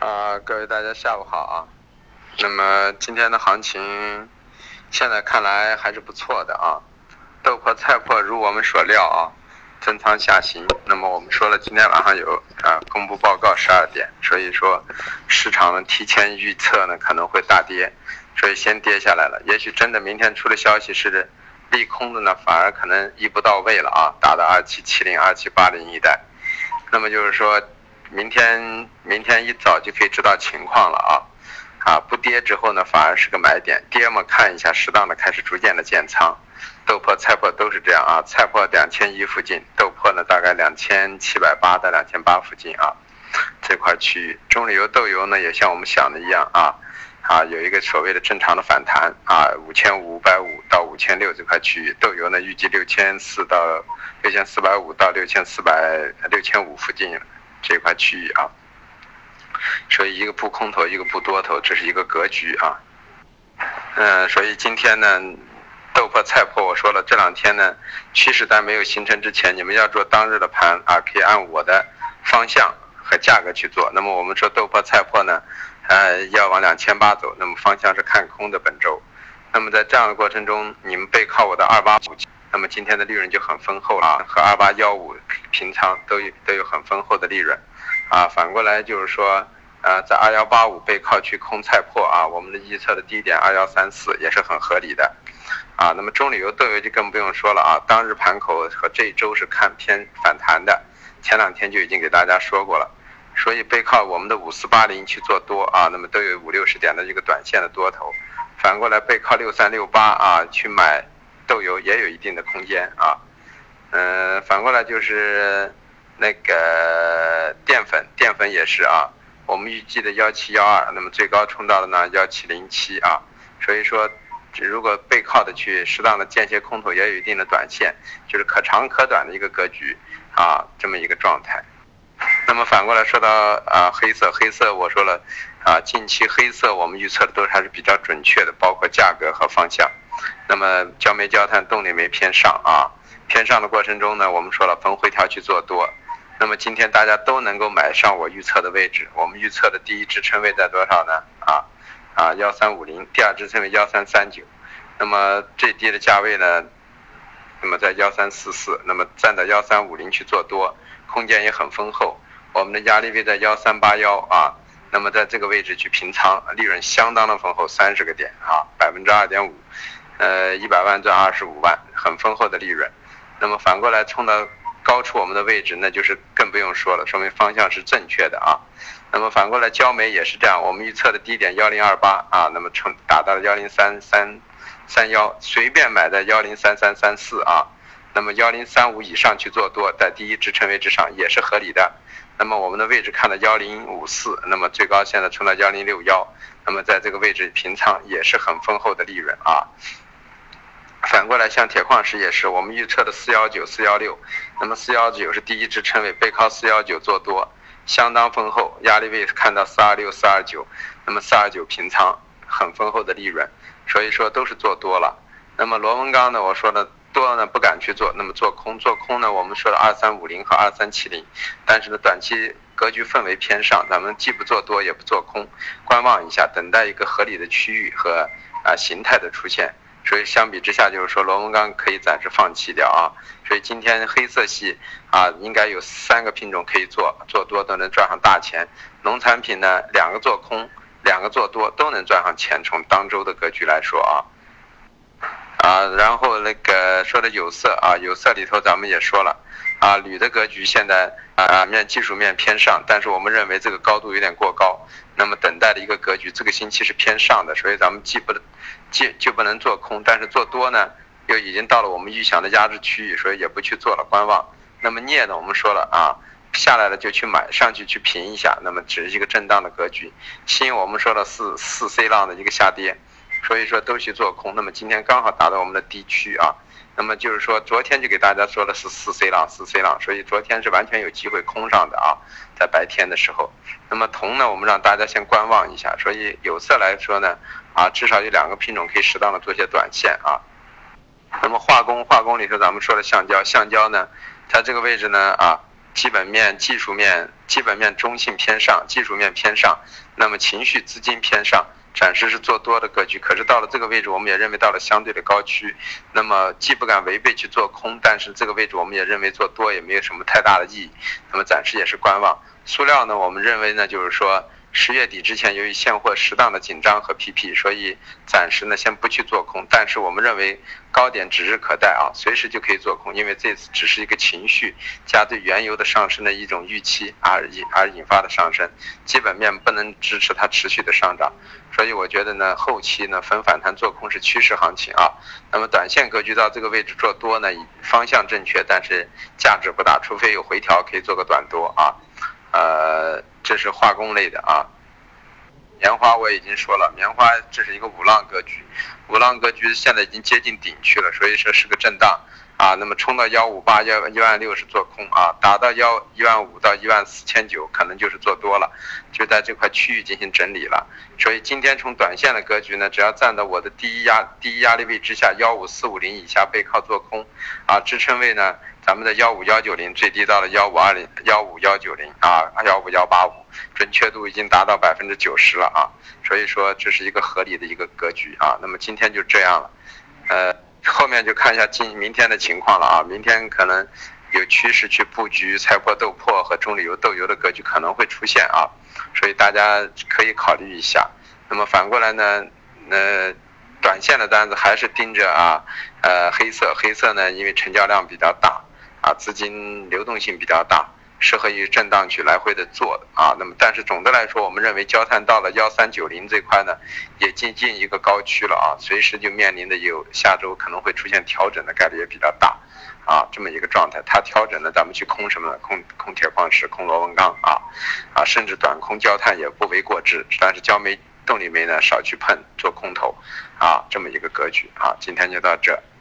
各位大家下午好啊。那么今天的行情，现在看来还是不错的啊。豆粕、菜粕如我们所料啊，增仓下行。那么我们说了，今天晚上有公布报告12点，所以说市场呢提前预测呢可能会大跌，所以先跌下来了。也许真的明天出的消息是利空的呢，反而可能一步到位了啊，达到2770、2780一带。那么就是说，明天一早就可以知道情况了啊，不跌之后呢，反而是个买点。跌嘛，看一下，适当的开始逐渐的建仓。豆粕、菜粕都是这样啊，菜粕2100附近，豆粕呢大概2780到2800附近啊，这块区域。中榈油、豆油呢也像我们想的一样有一个所谓的正常的反弹啊，5550到5600这块区域。豆油呢预计6400到6450到6500附近这块区域啊。所以一个不空头，一个不多头，这是一个格局啊。所以今天呢，豆粕、菜粕，我说了，这两天呢，趋势单没有形成之前，你们要做当日的盘啊，可以按我的方向和价格去做。那么我们说豆粕、菜粕呢，要往2800走，那么方向是看空的本周。那么在这样的过程中，你们背靠我的285，那么今天的利润就很丰厚了，和2815平仓都有很丰厚的利润啊。反过来就是说，在2185背靠去空菜粕啊，我们的预测的低点2134也是很合理的啊。那么中榈油、豆油就更不用说了啊，当日盘口和这一周是看偏反弹的，前两天就已经给大家说过了。所以背靠我们的5480去做多啊，那么都有50-60点的一个短线的多头。反过来背靠6368啊去买豆油也有一定的空间啊。反过来就是那个淀粉也是啊，我们预计的1712，那么最高冲到了呢1707啊。所以说如果背靠的去适当的间歇空头也有一定的短线，就是可长可短的一个格局啊，这么一个状态。那么反过来说到黑色我说了近期黑色我们预测的都还是比较准确的，包括价格和方向。那么焦煤、焦炭、动力煤偏上啊，偏上的过程中呢，我们说了逢回调去做多。那么今天大家都能够买上我预测的位置，我们预测的第一支撑位在多少呢？1350，第二支撑位1339。那么最低的价位呢，那么在1344，那么站到1350去做多，空间也很丰厚。我们的压力位在1381啊，那么在这个位置去平仓，利润相当的丰厚，30个点啊，2.5%，100万赚25万，很丰厚的利润。那么反过来冲到高出我们的位置，那就是更不用说了，说明方向是正确的啊。那么反过来焦煤也是这样，我们预测的低点1028啊，那么达到了10331，随便买在103334啊。那么1035以上去做多，在第一支撑位之上也是合理的。那么我们的位置看到1054，那么最高现在冲到1061，那么在这个位置平仓也是很丰厚的利润啊。反过来像铁矿石也是，我们预测的419、416，那么419是第一支撑位，背靠419做多，相当丰厚，压力位看到426、429，那么429平仓，很丰厚的利润，所以说都是做多了。那么螺纹钢呢，我说的多呢不敢去做，那么做空呢，我们说的2350和2370，但是呢短期格局氛围偏上，咱们既不做多也不做空，观望一下，等待一个合理的区域和形态的出现。所以相比之下，就是说螺纹钢可以暂时放弃掉啊。所以今天黑色系应该有3个品种可以做多都能赚上大钱。农产品呢，2个做空，2个做多都能赚上钱。从当周的格局来说然后那个说的有色有色里头咱们也说了铝的格局现在技术面偏上，但是我们认为这个高度有点过高，那么等待的一个格局，这个星期是偏上的，所以咱们就不能做空，但是做多呢又已经到了我们预想的压制区域，所以也不去做了，观望。那么镍呢，我们说了下来了就去买，上去去平一下，那么只是一个震荡的格局。锌我们说了四 C 浪的一个下跌，所以说都去做空。那么今天刚好达到我们的低区那么就是说昨天就给大家说的是4 C 浪，所以昨天是完全有机会空上的在白天的时候。那么铜呢，我们让大家先观望一下，所以有色来说呢至少有2个品种可以适当的做些短线那么化工里头咱们说的橡胶呢，它这个位置呢基本面、技术面，基本面中性偏上，技术面偏上，那么情绪资金偏上，暂时是做多的格局。可是到了这个位置，我们也认为到了相对的高区，那么既不敢违背去做空，但是这个位置我们也认为做多也没有什么太大的意义，那么暂时也是观望。塑料呢，我们认为呢，就是说10月底之前，由于现货适当的紧张和 PP， 所以暂时呢先不去做空。但是我们认为高点指日可待啊，随时就可以做空，因为这次只是一个情绪加对原油的上升的一种预期而引发的上升，基本面不能支持它持续的上涨，所以我觉得呢，后期呢分反弹做空是趋势行情啊。那么短线格局到这个位置做多呢，方向正确，但是价值不大，除非有回调可以做个短多啊。这是化工类的啊。棉花我已经说了，棉花这是一个五浪格局，五浪格局现在已经接近顶区了，所以说是个震荡啊。那么冲到158、116是做空啊，打到11500到14900可能就是做多了，就在这块区域进行整理了。所以今天从短线的格局呢，只要站到我的第一压力位之下15450以下背靠做空啊，支撑位呢，咱们的15190最低到了15190啊，15185，准确度已经达到90%了啊，所以说这是一个合理的一个格局啊。那么今天就这样了，后面就看一下明天的情况了啊。明天可能有趋势去布局菜粕豆粕和中铝油豆油的格局可能会出现啊，所以大家可以考虑一下。那么反过来呢，短线的单子还是盯着啊，黑色呢，因为成交量比较大啊，资金流动性比较大，适合于震荡去来回的做的啊。那么但是总的来说，我们认为焦炭到了1390这块呢，也接近一个高区了啊，随时就面临的有下周可能会出现调整的概率也比较大啊，这么一个状态。它调整呢，咱们去空什么呢？空铁矿石、空螺纹钢啊，甚至短空焦炭也不为过之。但是焦煤、动力煤呢，少去碰，做空头啊，这么一个格局啊。今天就到这。